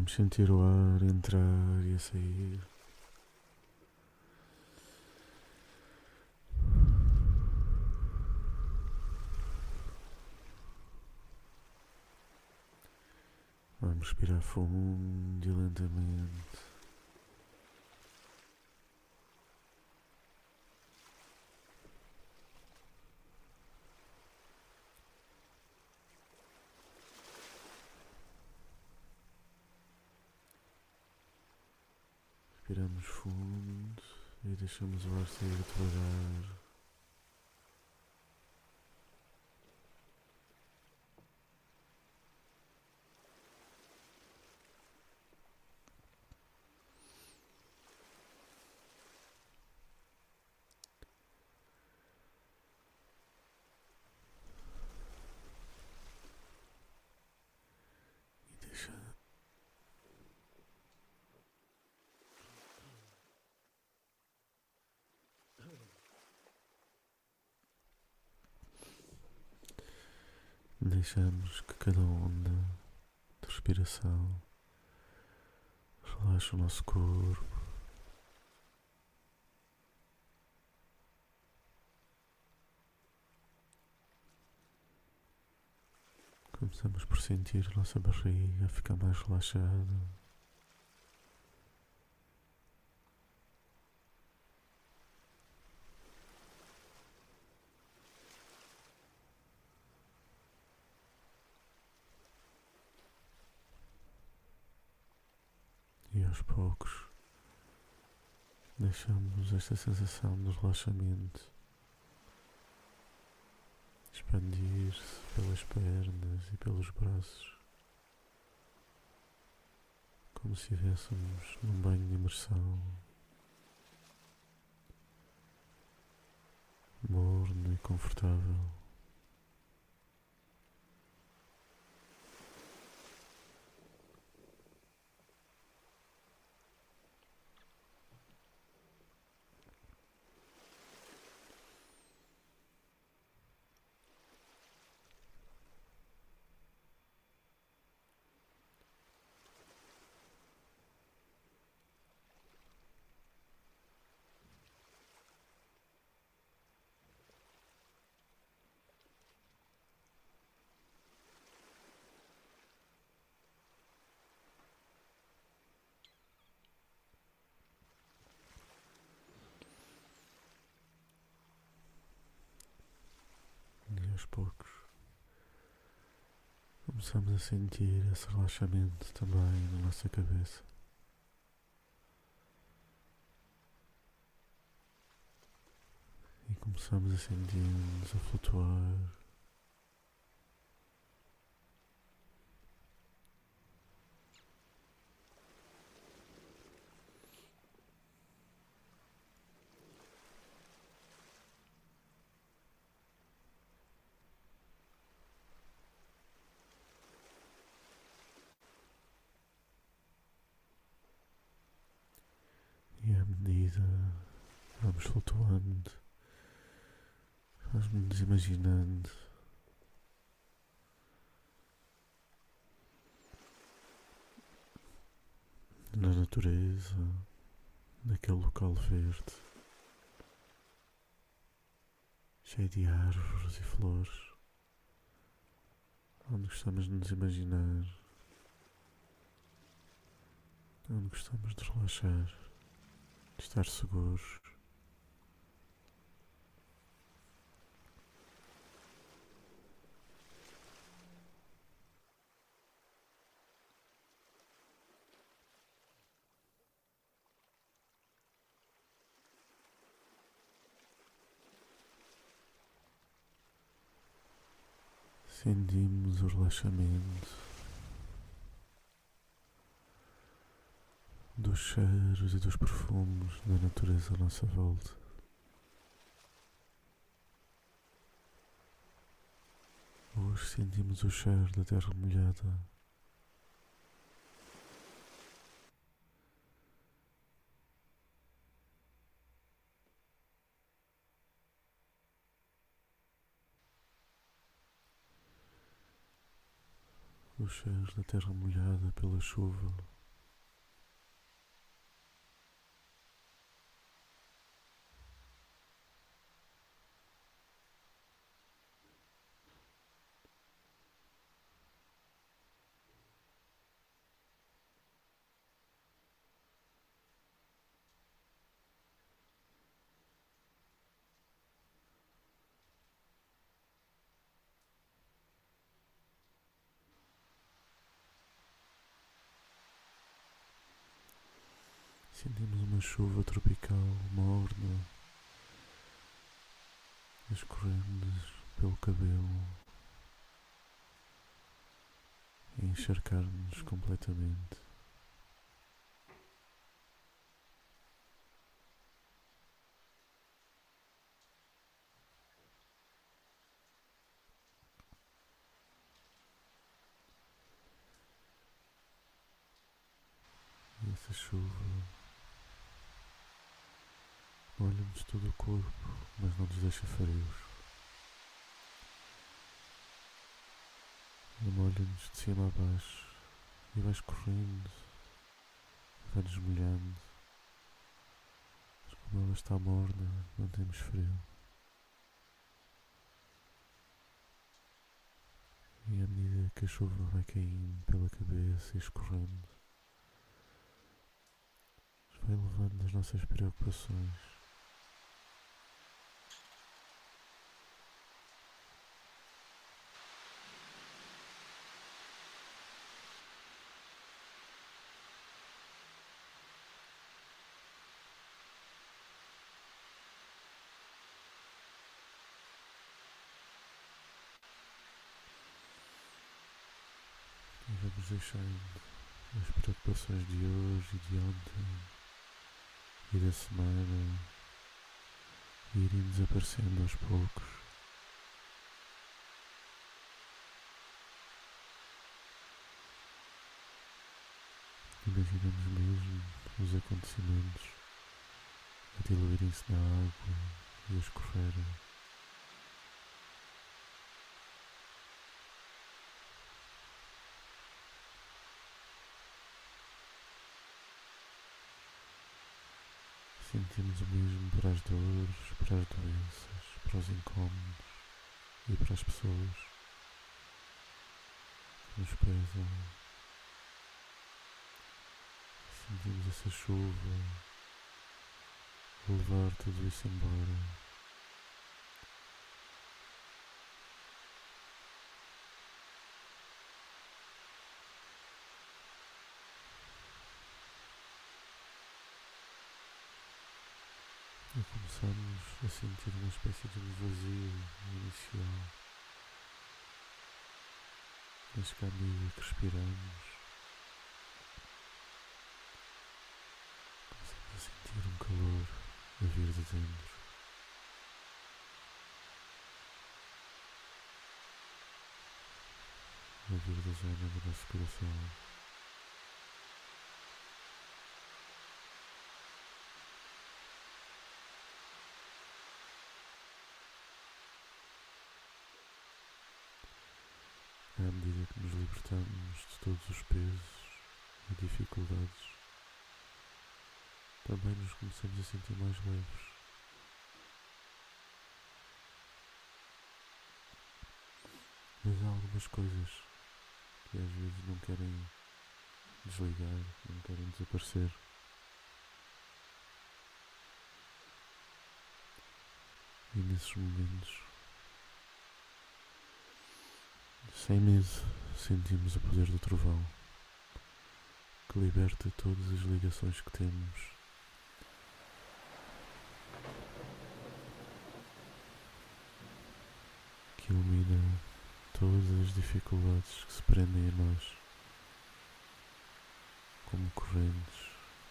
Vamos sentir o ar entrar e a sair. Vamos respirar fundo e lentamente. Respiramos fundo e deixamos o ar sair devagar. E deixamos que cada onda de respiração relaxe o nosso corpo. Começamos por sentir a nossa barriga ficar mais relaxada. E aos poucos deixamos esta sensação de relaxamento expandir-se pelas pernas e pelos braços, como se estivéssemos num banho de imersão, morno e confortável. E aos poucos começamos a sentir esse relaxamento também na nossa cabeça. E começamos a sentir-nos a flutuar. E à medida que vamos flutuando, vamos-nos imaginando na natureza, naquele local verde, cheio de árvores e flores, onde gostamos de nos imaginar, onde gostamos de relaxar, de estar seguros. Sentimos o relaxamento dos cheiros e dos perfumes da natureza à nossa volta. Hoje sentimos o cheiro da terra molhada. Os cheiros da terra molhada pela chuva. Sentimos uma chuva tropical morna a escorrer-nos pelo cabelo e encharcar-nos completamente. E essa chuva molha-nos todo o corpo, mas não nos deixa frios. Ela molha-nos de cima a baixo e vai escorrendo, vai-nos molhando. Mas como ela está morna, não temos frio. E à medida que a chuva vai caindo pela cabeça e escorrendo, vai levando as nossas preocupações. E vamos deixando as preocupações de hoje e de ontem e da semana irem desaparecendo aos poucos. Imaginamos mesmo os acontecimentos a diluírem-se na água e a escorrerem. Sentimos o mesmo para as dores, para as doenças, para os incómodos e para as pessoas que nos pesam. Sentimos essa chuva a levar tudo isso embora. E começamos a sentir uma espécie de vazio inicial. Mas que à medida que respiramos, começamos a sentir um calor a vir de dentro. A vir da zona do nosso coração. À medida que nos libertamos de todos os pesos e dificuldades, também nos começamos a sentir mais leves. Mas há algumas coisas que às vezes não querem desligar, não querem desaparecer. E nesses momentos, sem medo, sentimos o poder do trovão, que liberta todas as ligações que temos. Que ilumina todas as dificuldades que se prendem a nós, como correntes.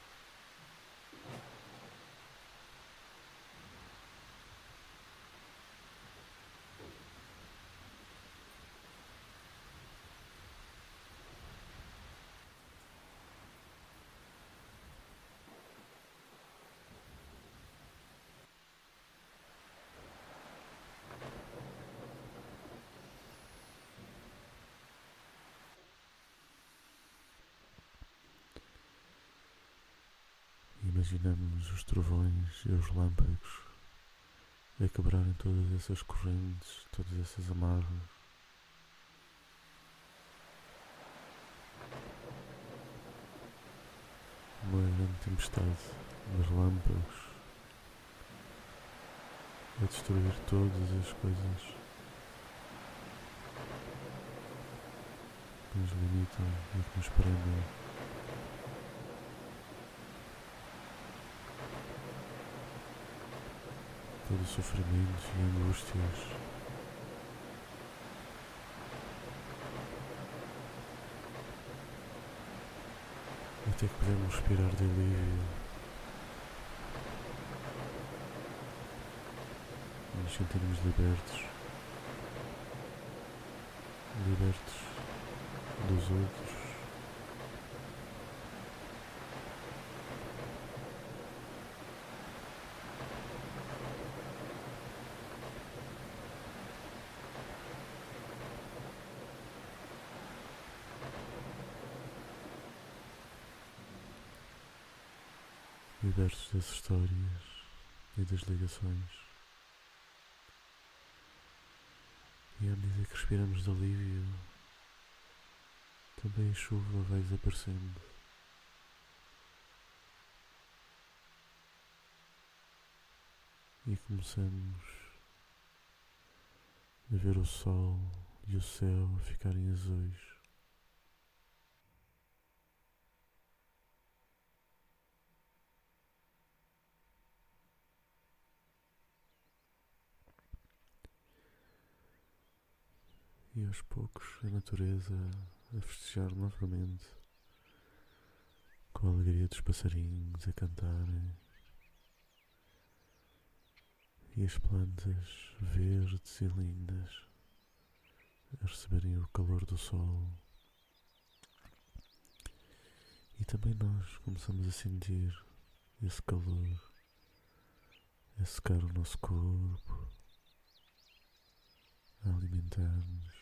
Imaginamos os trovões e os relâmpagos a quebrarem todas essas correntes, todas essas amarras. Uma grande tempestade de relâmpagos a destruir todas as coisas que nos limitam e que nos prendem. todos os sofrimentos e angústias. Até que podemos respirar de alívio, e nos sentirmos libertos dos outros. Libertos das histórias e das ligações. E à medida que respiramos de alívio, também a chuva vai desaparecendo. E começamos a ver o sol e o céu a ficarem azuis. E aos poucos a natureza a festejar novamente, com a alegria dos passarinhos a cantarem e as plantas verdes e lindas a receberem o calor do sol. E também nós começamos a sentir esse calor a secar o nosso corpo, a alimentar-nos.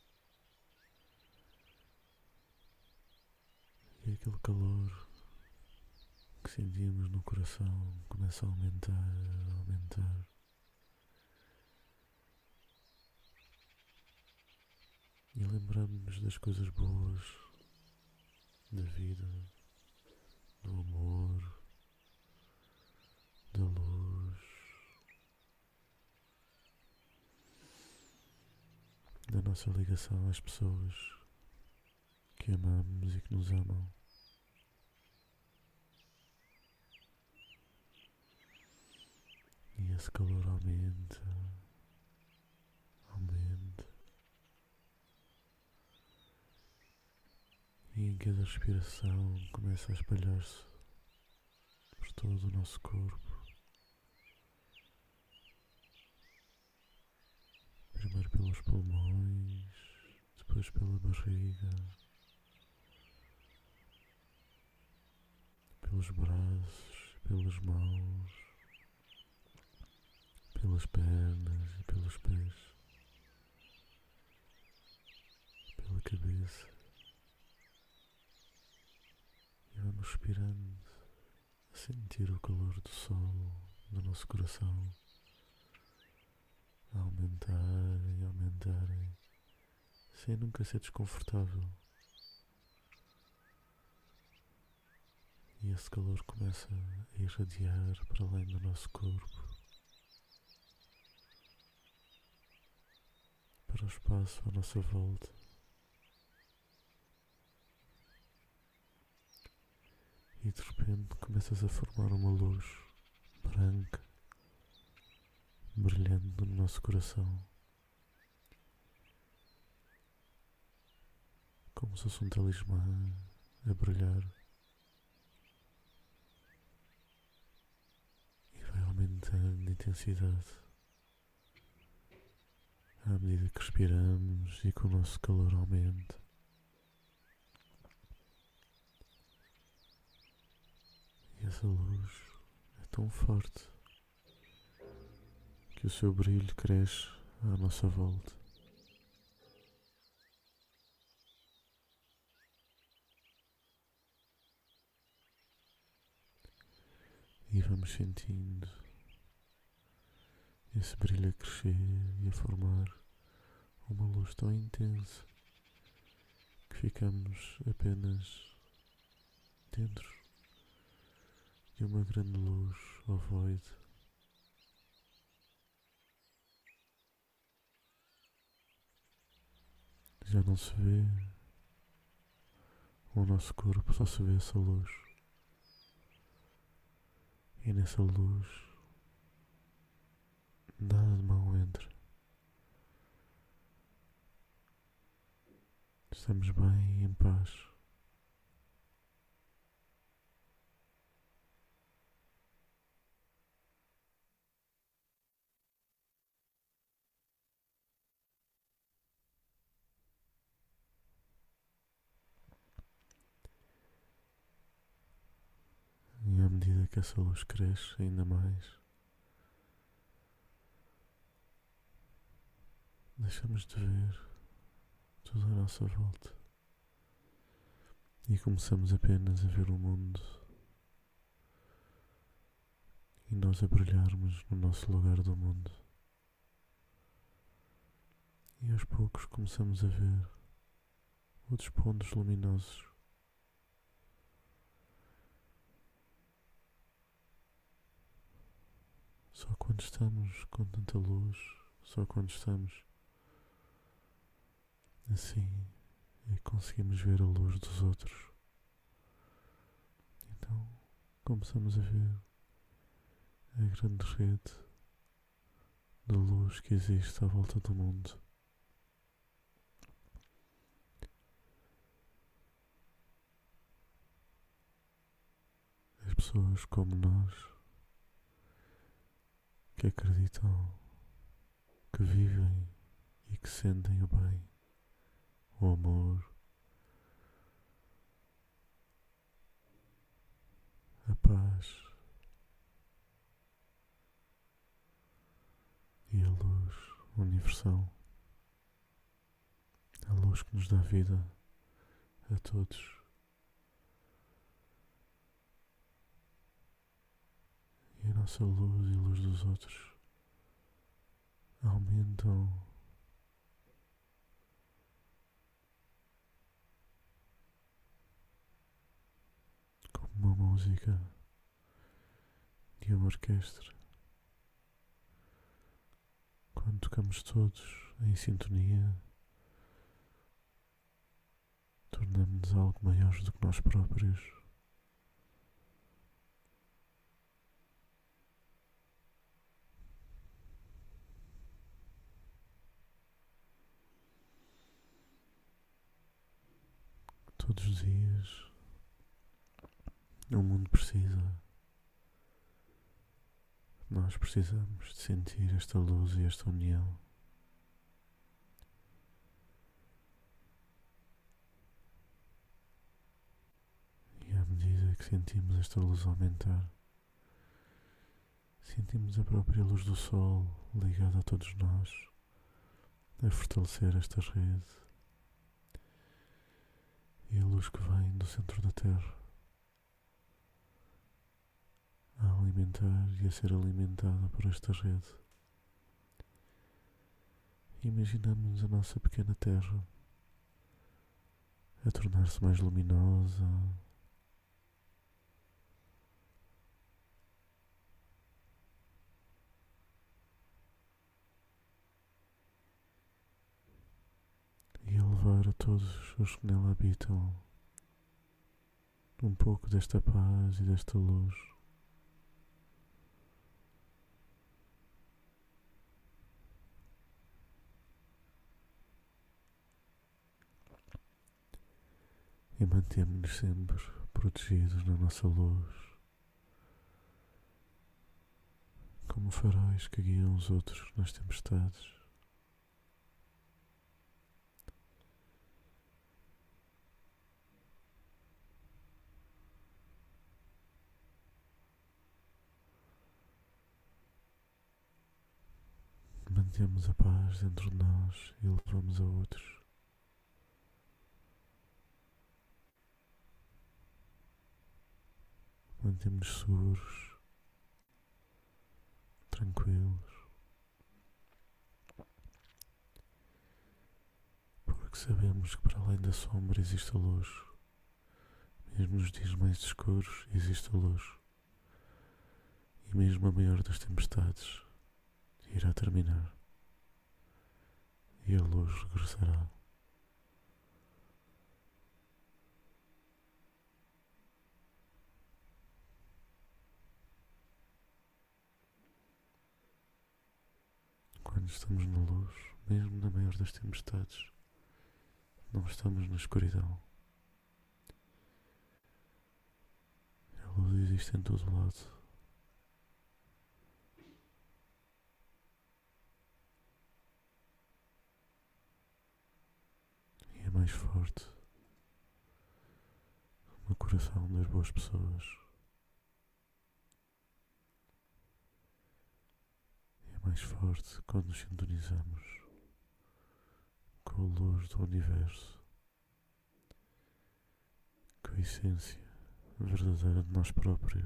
E aquele calor que sentimos no coração começa a aumentar. E lembramos-nos das coisas boas da vida, do amor, da luz, da nossa ligação às pessoas que amamos e que nos amam. E esse calor aumenta. E em cada respiração começa a espalhar-se por todo o nosso corpo. Primeiro pelos pulmões, depois pela barriga, pelos braços, pelas mãos, pelas pernas e pelos pés, pela cabeça. E vamos respirando, a sentir o calor do sol no nosso coração, a aumentarem, sem nunca ser desconfortável. E esse calor começa a irradiar para além do nosso corpo, para o espaço à nossa volta. E de repente começas a formar uma luz branca, brilhando no nosso coração, como se fosse um talismã a brilhar. E vai aumentando de intensidade à medida que respiramos e que o nosso calor aumenta. E essa luz é tão forte que o seu brilho cresce à nossa volta. E vamos sentindo esse brilho a crescer e a formar uma luz tão intensa que ficamos apenas dentro de uma grande luz ovoide. Já não se vê o nosso corpo, só se vê essa luz. E nessa luz nada de mal entra. Estamos bem e em paz. E à medida que essa luz cresce ainda mais, deixamos de ver tudo à nossa volta e começamos apenas a ver o mundo e nós a brilharmos no nosso lugar do mundo. E aos poucos começamos a ver outros pontos luminosos. Só quando estamos com tanta luz, só quando estamos assim, é que conseguimos ver a luz dos outros. Então começamos a ver a grande rede de luz que existe à volta do mundo. As pessoas como nós que acreditam, que vivem e que sentem o bem, o amor, a paz e a luz universal, a luz que nos dá vida a todos. E a nossa luz e a luz dos outros aumentam como uma música de uma orquestra. Quando tocamos todos em sintonia, tornamos-nos algo maiores do que nós próprios. Todos os dias o mundo precisa. Nós precisamos de sentir esta luz e esta união. E à medida que sentimos esta luz aumentar, sentimos a própria luz do sol ligada a todos nós, a fortalecer esta rede e a luz que vem do centro da Terra, a alimentar e a ser alimentada por esta rede. Imaginamos a nossa pequena Terra a tornar-se mais luminosa, e a levar a todos os que nela habitam um pouco desta paz e desta luz. E mantemos-nos sempre protegidos na nossa luz, como faróis que guiam os outros nas tempestades. Mantemos a paz dentro de nós e levamos a outros. Mantemos-nos seguros, tranquilos, porque sabemos que para além da sombra existe a luz. Mesmo nos dias mais escuros existe a luz. E mesmo a maior das tempestades irá terminar. E a luz regressará. quando estamos na luz, mesmo na maior das tempestades, não estamos na escuridão. A luz existe em todo lado. E é mais forte no coração das boas pessoas. É mais forte quando nos sintonizamos com a luz do universo, com a essência verdadeira de nós próprios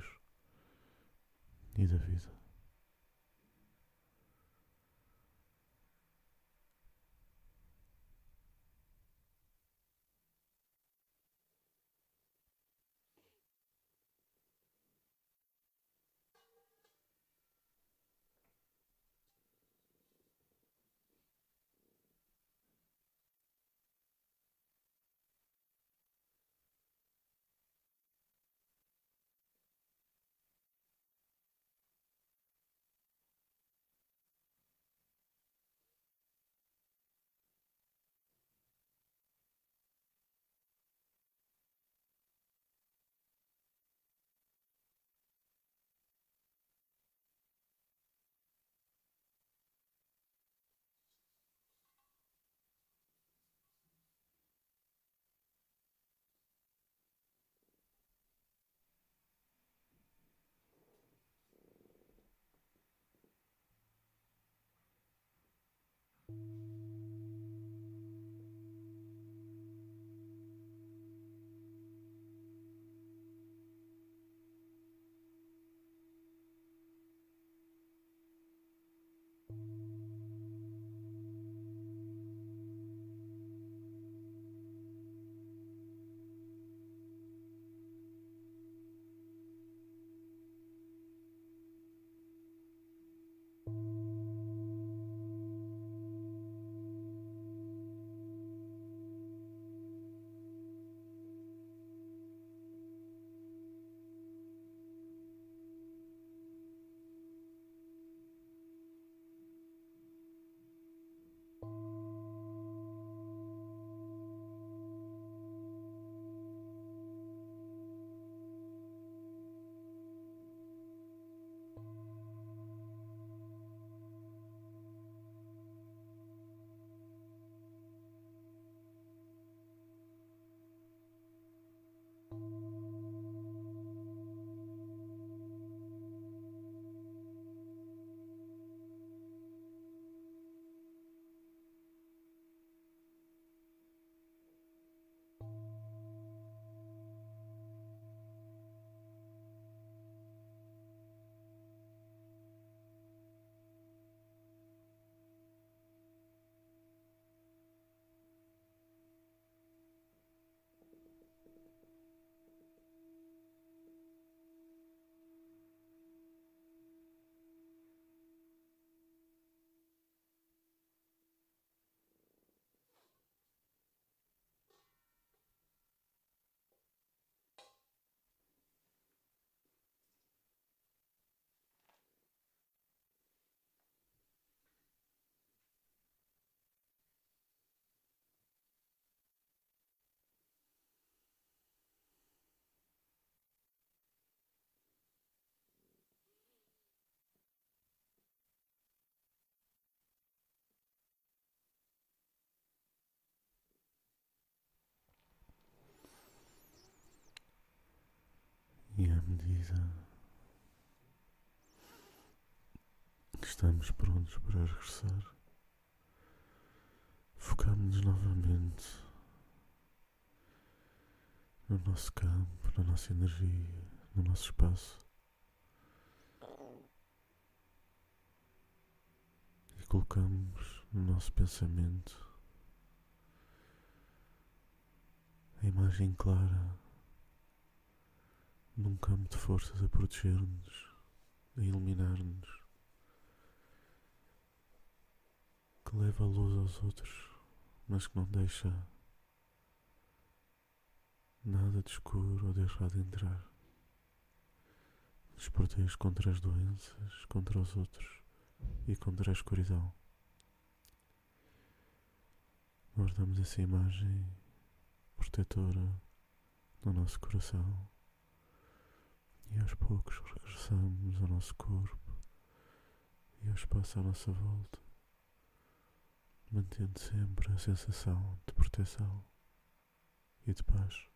e da vida. E à medida que estamos prontos para regressar, focamos-nos novamente no nosso campo, na nossa energia, no nosso espaço e colocamos no nosso pensamento a imagem clara num campo de forças a proteger-nos, a iluminar-nos, que leva a luz aos outros, mas que não deixa nada de escuro ou de errado entrar. Nos protege contra as doenças, contra os outros e contra a escuridão. Guardamos essa imagem protetora no nosso coração e aos poucos regressamos ao nosso corpo e ao espaço à nossa volta, mantendo sempre a sensação de proteção e de paz.